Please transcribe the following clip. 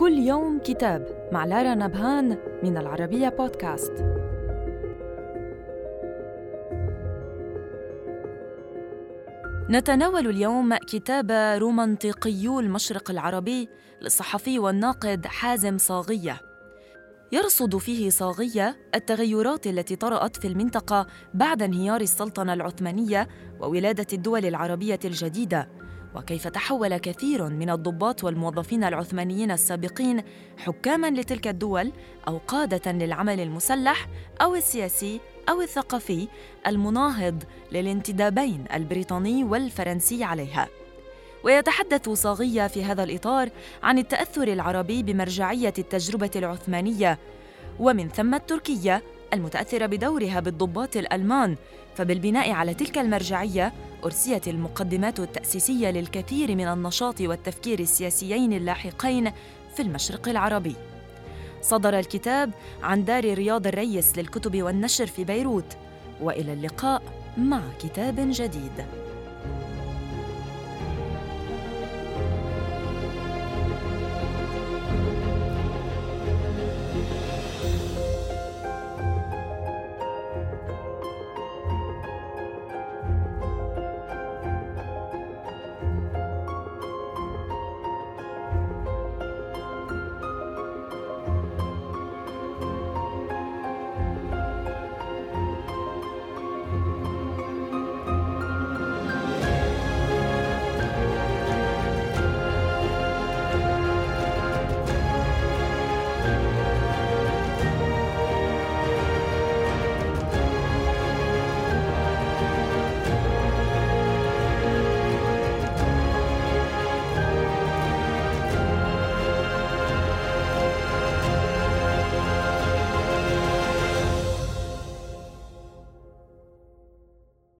كل يوم كتاب مع لارا نبهان من العربية بودكاست. نتناول اليوم كتاب رومانطيقيو المشرق العربي للصحفي والناقد حازم صاغية. يرصد فيه صاغية التغيرات التي طرأت في المنطقة بعد انهيار السلطنة العثمانية وولادة الدول العربية الجديدة، وكيف تحول كثير من الضباط والموظفين العثمانيين السابقين حكاماً لتلك الدول أو قادة للعمل المسلح أو السياسي أو الثقافي المناهض للانتدابين البريطاني والفرنسي عليها. ويتحدث صاغية في هذا الإطار عن التأثر العربي بمرجعية التجربة العثمانية، ومن ثم التركية المتأثرة بدورها بالضباط الألمان. فبالبناء على تلك المرجعية أرسيت المقدمات التأسيسية للكثير من النشاط والتفكير السياسيين اللاحقين في المشرق العربي. صدر الكتاب عن دار رياض الريس للكتب والنشر في بيروت، وإلى اللقاء مع كتاب جديد.